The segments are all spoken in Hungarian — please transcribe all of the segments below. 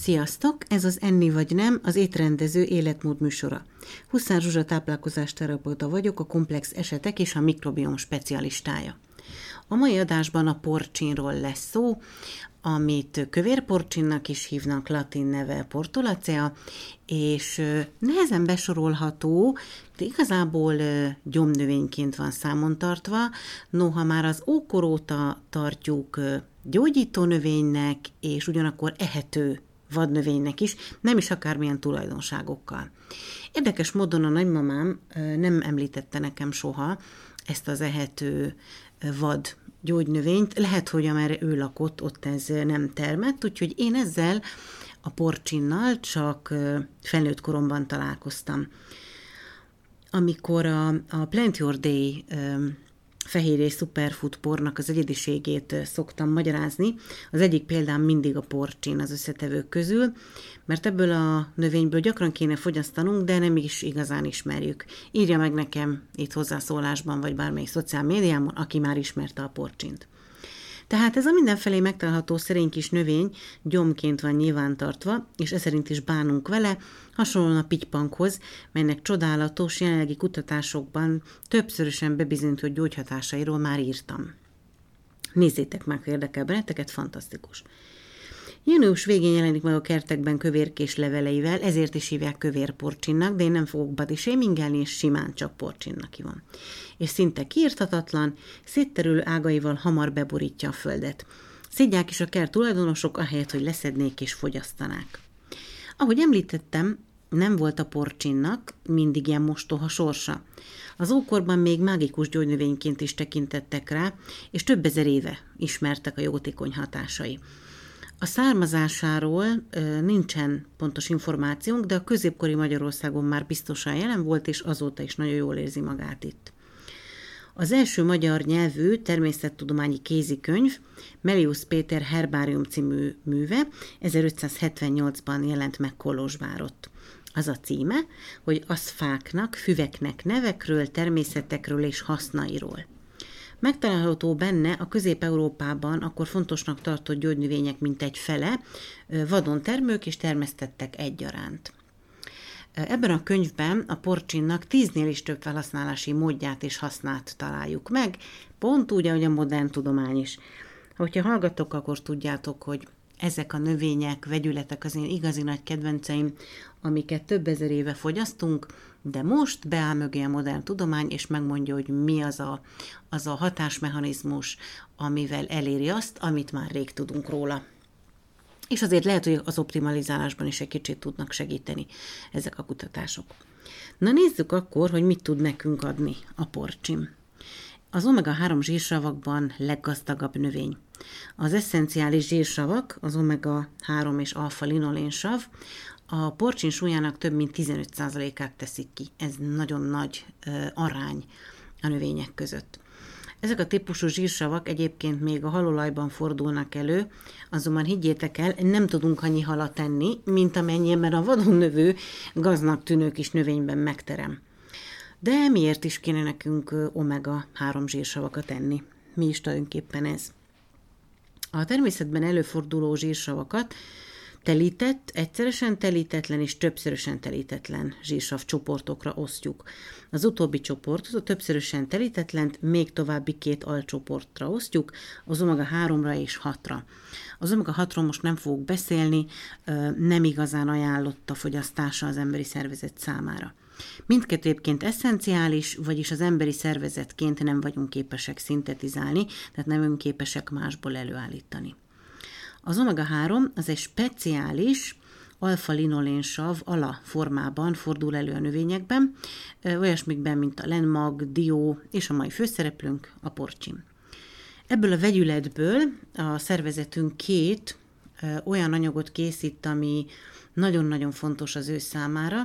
Sziasztok! Ez az Enni vagy nem, az étrendező életmód műsora. Huszár Zsuzsa táplálkozásterapeuta vagyok, a komplex esetek és a mikrobiom specialistája. A mai adásban a porcsinról lesz szó, amit kövérporcsinnak is hívnak, latin neve Portulacea, és nehezen besorolható, de igazából gyomnövényként van számon tartva, noha már az ókor óta tartjuk gyógyító növénynek, és ugyanakkor ehető vadnövénynek is, nem is akármilyen tulajdonságokkal. Érdekes módon a nagymamám nem említette nekem soha ezt az ehető vad gyógynövényt. Lehet, hogy amerre ő lakott, ott ez nem termett, úgyhogy én ezzel a porcsinnal csak felnőtt koromban találkoztam. Amikor a Plant Your Day fehérje és superfood pornak az egyediségét szoktam magyarázni, az egyik példám mindig a porcsin az összetevők közül, mert ebből a növényből gyakran kéne fogyasztanunk, de nem is igazán ismerjük. Írja meg nekem itt hozzászólásban, vagy bármelyik szociál médiámon, aki már ismerte a porcsint. Tehát ez a mindenfelé megtalálható szerény kis növény gyomként van nyilvántartva, és eszerint is bánunk vele, hasonlóan a pitypankhoz, melynek csodálatos jelenlegi kutatásokban többszörösen bebizonyított gyógyhatásairól már írtam. Nézzétek meg, ha érdekel benneteket, fantasztikus. Június végén jelenik meg a kertekben kövérkés leveleivel, ezért is hívják kövérporcsinnak, de én nem fogok body shamingelni, és simán csak porcsinnak hívom. És szinte kiirthatatlan, szétterülő ágaival hamar beborítja a földet. Szidják is a kert tulajdonosok, ahelyett, hogy leszednék és fogyasztanák. Ahogy említettem, nem volt a porcsinnak mindig ilyen mostoha sorsa. Az ókorban még mágikus gyógynövényként is tekintettek rá, és több ezer éve ismertek a jótékony hatásai. A származásáról nincsen pontos információnk, de a középkori Magyarországon már biztosan jelen volt, és azóta is nagyon jól érzi magát itt. Az első magyar nyelvű természettudományi kézikönyv, Melius Péter Herbárium című műve 1578-ban jelent meg Kolozsvárott. Az a címe, hogy az fáknak, füveknek nevekről, természetekről és hasznairól. Megtalálható benne a Közép-Európában akkor fontosnak tartott gyógynövények mintegy fele, vadon termők és termesztettek egyaránt. Ebben a könyvben a porcsinnak 10-nél is több felhasználási módját és hasznát találjuk meg, pont úgy, ahogy a modern tudomány is. Hogyha hallgatok, akkor tudjátok, hogy ezek a növények, vegyületek az én igazi nagy kedvenceim, amiket több ezer éve fogyasztunk, de most beáll mögé a modern tudomány, és megmondja, hogy mi az a hatásmechanizmus, amivel eléri azt, amit már rég tudunk róla. És azért lehet, hogy az optimalizálásban is egy kicsit tudnak segíteni ezek a kutatások. Na nézzük akkor, hogy mit tud nekünk adni a porcsin. Az omega-3 zsírsavakban leggazdagabb növény. Az esszenciális zsírsavak, az omega-3 és alfa-linolénsav, a porcsin súlyának több mint 15%-át teszik ki. Ez nagyon nagy arány a növények között. Ezek a típusú zsírsavak egyébként még a halolajban fordulnak elő, azonban higgyétek el, nem tudunk annyi halat enni, mint amennyiben a vadon növő, gaznak tűnő kis növényben megterem. De miért is kéne nekünk omega-3 zsírsavakat enni? Mi is tulajdonképpen ez? A természetben előforduló zsírsavakat telített, egyszeresen telítetlen és többszörösen telítetlen zsírsav csoportokra osztjuk. Az utóbbi csoportot, a többszörösen telítetlent még további 2 alcsoportra osztjuk, az omega-3-ra és 6-ra. Az omega-6-ról most nem fogok beszélni, nem igazán ajánlott a fogyasztása az emberi szervezet számára. Mindkettő egyébként esszenciális, vagyis az emberi szervezetként nem vagyunk képesek szintetizálni, tehát nem vagyunk képesek másból előállítani. Az omega-3 az egy speciális alfa-linolénsav ala formában fordul elő a növényekben, olyasmikben, mint a lenmag, dió és a mai főszereplőnk, a porcsin. Ebből a vegyületből a szervezetünk 2 olyan anyagot készít, ami nagyon-nagyon fontos az ő számára.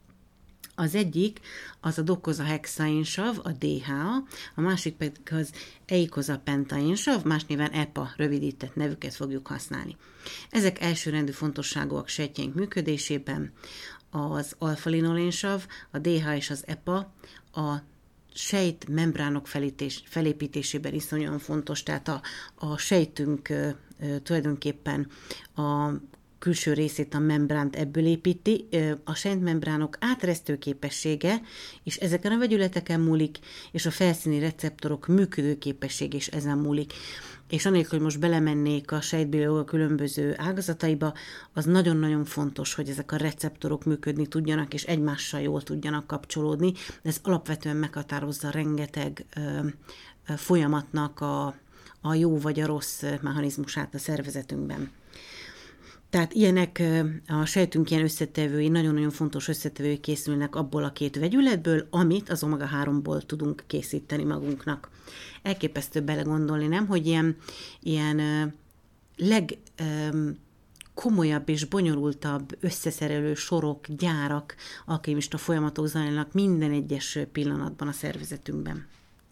Az egyik az a dokozahexainsav, a DHA, a másik pedig az eikozapentainsav, más néven EPA rövidített nevüket fogjuk használni. Ezek elsőrendű fontosságúak sejtjeink működésében. Az alfa-linolénsav, a DHA és az EPA a sejt membránok felépítésében iszonyúan fontos, tehát a sejtünk tulajdonképpen a külső részét, a membránt ebből építi. A sejtmembránok áteresztő képessége, és ezeken a vegyületeken múlik, és a felszíni receptorok működő képessége is ezen múlik. És anélkül, hogy most belemennék a sejtbiológia különböző ágazataiba, az nagyon-nagyon fontos, hogy ezek a receptorok működni tudjanak, és egymással jól tudjanak kapcsolódni. Ez alapvetően meghatározza rengeteg folyamatnak a jó vagy a rossz mechanizmusát a szervezetünkben. Tehát ilyenek a sejtünk ilyen összetevői, nagyon-nagyon fontos összetevői készülnek abból a két vegyületből, amit az omega-3-ból tudunk készíteni magunknak. Elképesztő belegondolni, nem, hogy ilyen legkomolyabb és bonyolultabb összeszerelő sorok, gyárak, alkimista folyamatok zajlanak minden egyes pillanatban a szervezetünkben.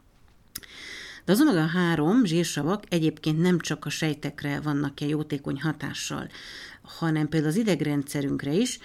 De az omega-3 zsírsavak egyébként nem csak a sejtekre vannak jótékony hatással, hanem például az idegrendszerünkre is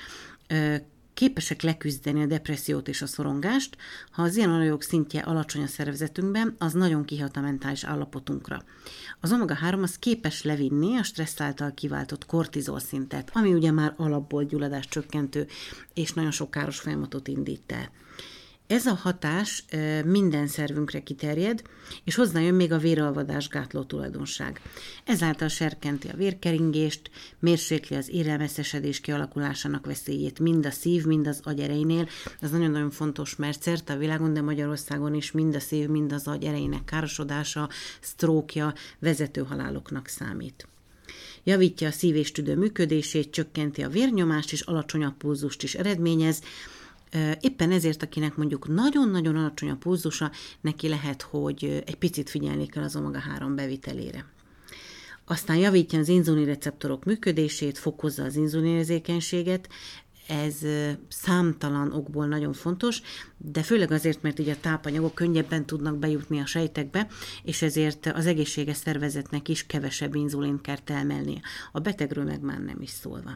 képesek leküzdeni a depressziót és a szorongást. Ha az ilyen olajok szintje alacsony a szervezetünkben, az nagyon kihat a mentális állapotunkra. Az omega-3 az képes levinni a stressz által kiváltott kortizol szintet, ami ugye már alapból gyulladás csökkentő, és nagyon sok káros folyamatot indít el. Ez a hatás minden szervünkre kiterjed, és hozzájön még a véralvadás gátló tulajdonság. Ezáltal serkenti a vérkeringést, mérsékli az élelmeszesedés kialakulásának veszélyét mind a szív, mind az agy erejénél. Ez nagyon-nagyon fontos, mert szerte a világon, de Magyarországon is mind a szív, mind az agy erejének károsodása, sztrókja vezető haláloknak számít. Javítja a szív- és tüdő működését, csökkenti a vérnyomást, és alacsonyabb pulzust is eredményez. Éppen ezért, akinek mondjuk nagyon-nagyon alacsony a pulzusa, neki lehet, hogy egy picit figyelni kell az omega-3 bevitelére. Aztán javítja az inzulinreceptorok működését, fokozza az inzulinérzékenységet, ez számtalan okból nagyon fontos, de főleg azért, mert így a tápanyagok könnyebben tudnak bejutni a sejtekbe, és ezért az egészséges szervezetnek is kevesebb inzulint kell termelnie. A betegről meg már nem is szólva.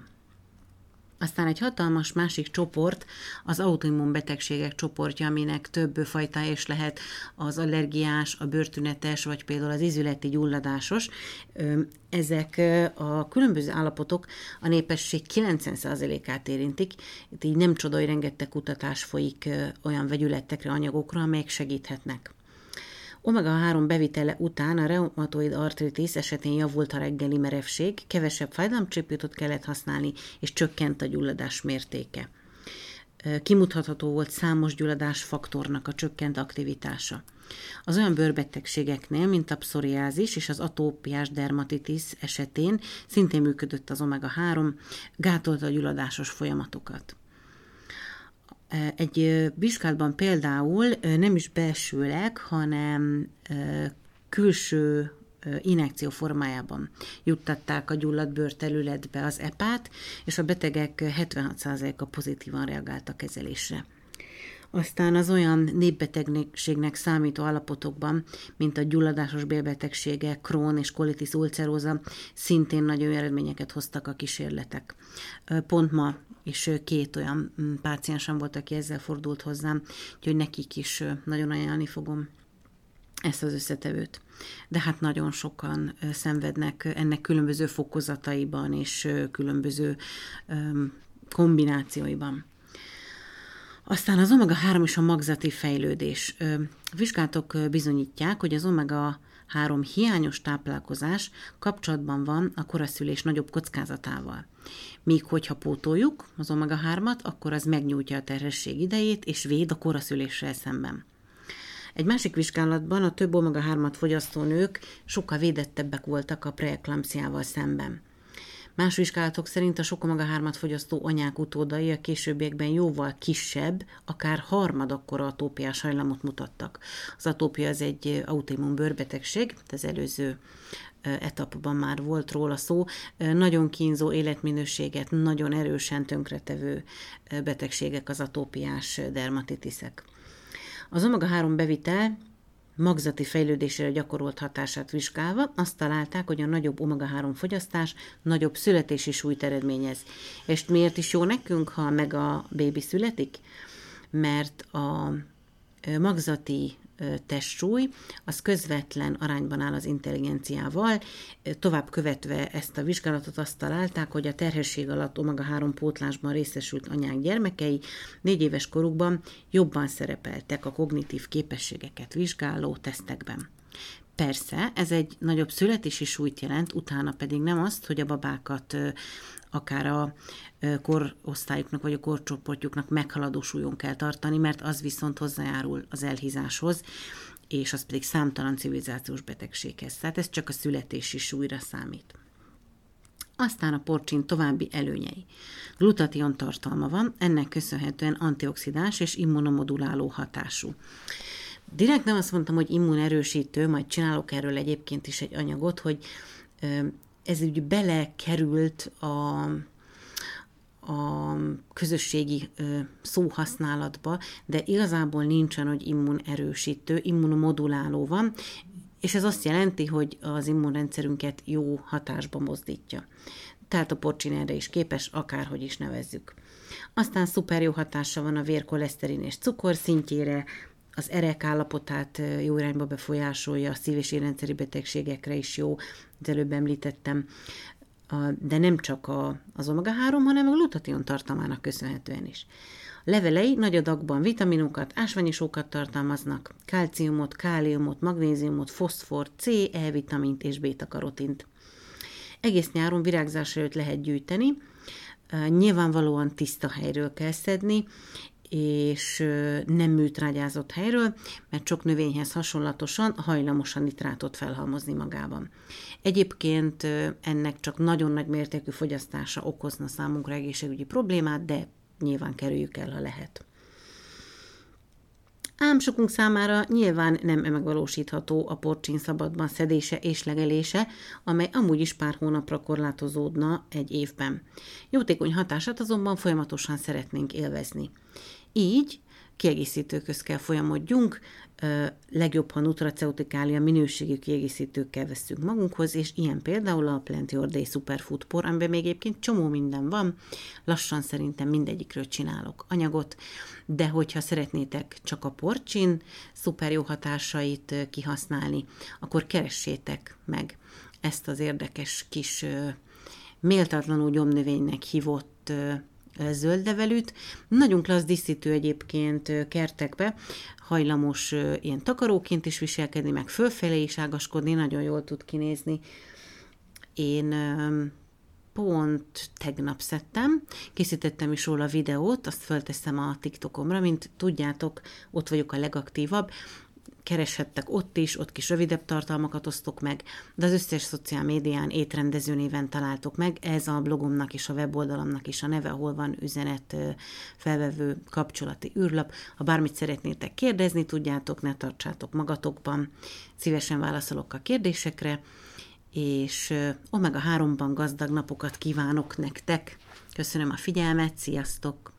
Aztán egy hatalmas másik csoport, az autoimmun betegségek csoportja, aminek több fajtája is lehet, az allergiás, a bőrtünetes, vagy például az ízületi gyulladásos. Ezek a különböző állapotok a népesség 90%-át érintik, így nem csoda, hogy rengeteg kutatás folyik olyan vegyületekre, anyagokra, amelyek segíthetnek. Omega-3 bevitele után a reumatoid artritis esetén javult a reggeli merevség, kevesebb fájdalomcsillapítót kellett használni, és csökkent a gyulladás mértéke. Kimutatható volt számos gyulladásfaktornak a csökkent aktivitása. Az olyan bőrbetegségeknél, mint a pszoriázis és az atópiás dermatitis esetén szintén működött az omega-3, gátolta a gyulladásos folyamatokat. Egy vizsgálatban például nem is belsőleg, hanem külső injekció formájában juttatták a gyulladt bőrterületbe az EPA-t, és a betegek 76%-a pozitívan reagált a kezelésre. Aztán az olyan népbetegségnek számító állapotokban, mint a gyulladásos bélbetegségek, Crohn és colitis ulceróza, szintén nagyon jó eredményeket hoztak a kísérletek. Pont ma és 2 olyan páciensem volt, aki ezzel fordult hozzám, úgyhogy nekik is nagyon ajánlani fogom ezt az összetevőt. De hát nagyon sokan szenvednek ennek különböző fokozataiban és különböző kombinációiban. Aztán az omega-3 és a magzati fejlődés. Vizsgálatok bizonyítják, hogy az omega-3 hiányos táplálkozás kapcsolatban van a koraszülés nagyobb kockázatával. Míg hogyha pótoljuk az omega-3-at, akkor az megnyújtja a terhesség idejét és véd a koraszüléssel szemben. Egy másik vizsgálatban a több omega-3-at fogyasztó nők sokkal védettebbek voltak a preeklampsziával szemben. Más vizsgálatok szerint a sok omega-3-at fogyasztó anyák utódai a későbbiekben jóval kisebb, akár harmadakkora atópiás hajlamot mutattak. Az atópia az egy autoimmun bőrbetegség, az előző etapban már volt róla szó, nagyon kínzó életminőséget, nagyon erősen tönkretevő betegségek az atópiás dermatitiszek. Az omega-3 bevitel magzati fejlődésére gyakorolt hatását vizsgálva azt találták, hogy a nagyobb omega-3 fogyasztás nagyobb születési súlyt eredményez. És miért is jó nekünk, ha meg a bébi születik? Mert a magzati testsúly, az közvetlen arányban áll az intelligenciával. Tovább követve ezt a vizsgálatot azt találták, hogy a terhesség alatt omega-3 pótlásban részesült anyák gyermekei 4 éves korukban jobban szerepeltek a kognitív képességeket vizsgáló tesztekben. Persze, ez egy nagyobb születési súlyt jelent, utána pedig nem azt, hogy a babákat akár a korosztályuknak vagy a korcsoportjuknak meghaladó súlyon kell tartani, mert az viszont hozzájárul az elhízáshoz, és az pedig számtalan civilizációs betegséghez. Tehát ez csak a születési súlyra számít. Aztán a porcsin további előnyei. Glutatión tartalma van, ennek köszönhetően antioxidáns és immunomoduláló hatású. Direkt nem azt mondtam, hogy immunerősítő, majd csinálok erről egyébként is egy anyagot, hogy ez úgy belekerült a közösségi szóhasználatba, de igazából nincsen, hogy immunerősítő, immunomoduláló van, és ez azt jelenti, hogy az immunrendszerünket jó hatásba mozdítja. Tehát a porcsin erre is képes, akárhogy is nevezzük. Aztán szuper jó hatása van a vér koleszterin és cukor szintjére, az erek állapotát jó irányba befolyásolja, a szív- és érrendszeri betegségekre is jó, az előbb említettem, de nem csak az omega-3, hanem a glutatión tartalmának köszönhetően is. A levelei nagy adagban vitaminokat, ásványi-sókat tartalmaznak, kalciumot, káliumot, magnéziumot, foszfort, C, E-vitamint és béta-karotint. Egész nyáron virágzás előtt lehet gyűjteni, nyilvánvalóan tiszta helyről kell szedni, és nem műtrágyázott helyről, mert sok növényhez hasonlatosan hajlamos a nitrátot felhalmozni magában. Egyébként ennek csak nagyon nagy mértékű fogyasztása okozna számunkra egészségügyi problémát, de nyilván kerüljük el, ha lehet. Ám sokunk számára nyilván nem megvalósítható a porcsin szabadban szedése és legelése, amely amúgy is pár hónapra korlátozódna egy évben. Jótékony hatását azonban folyamatosan szeretnénk élvezni. Így kiegészítőköz kell folyamodjunk, legjobb, ha nutraceuticália minőségű kiegészítőkkel vesszük magunkhoz, és ilyen például a Plenty All Day Superfood por, amiben még egyébként csomó minden van, lassan szerintem mindegyikről csinálok anyagot, de hogyha szeretnétek csak a porcsin szuper jó hatásait kihasználni, akkor keressétek meg ezt az érdekes kis méltatlanul gyomnövénynek hívott zöldlevelűt. Nagyon klassz díszítő egyébként kertekbe, hajlamos ilyen takaróként is viselkedni, meg fölfelé is ágaskodni, nagyon jól tud kinézni. Én pont tegnap szedtem, készítettem is róla videót, azt felteszem a TikTokomra, mint tudjátok, ott vagyok a legaktívabb, kereshettek ott is, ott kis rövidebb tartalmakat osztok meg, de az összes szociál médián étrendező néven találtok meg, ez a blogomnak és a weboldalamnak is a neve, ahol van üzenet felvevő kapcsolati űrlap. Ha bármit szeretnétek kérdezni, tudjátok, ne tartsátok magatokban, szívesen válaszolok a kérdésekre, és omega-3-ban gazdag napokat kívánok nektek. Köszönöm a figyelmet, sziasztok!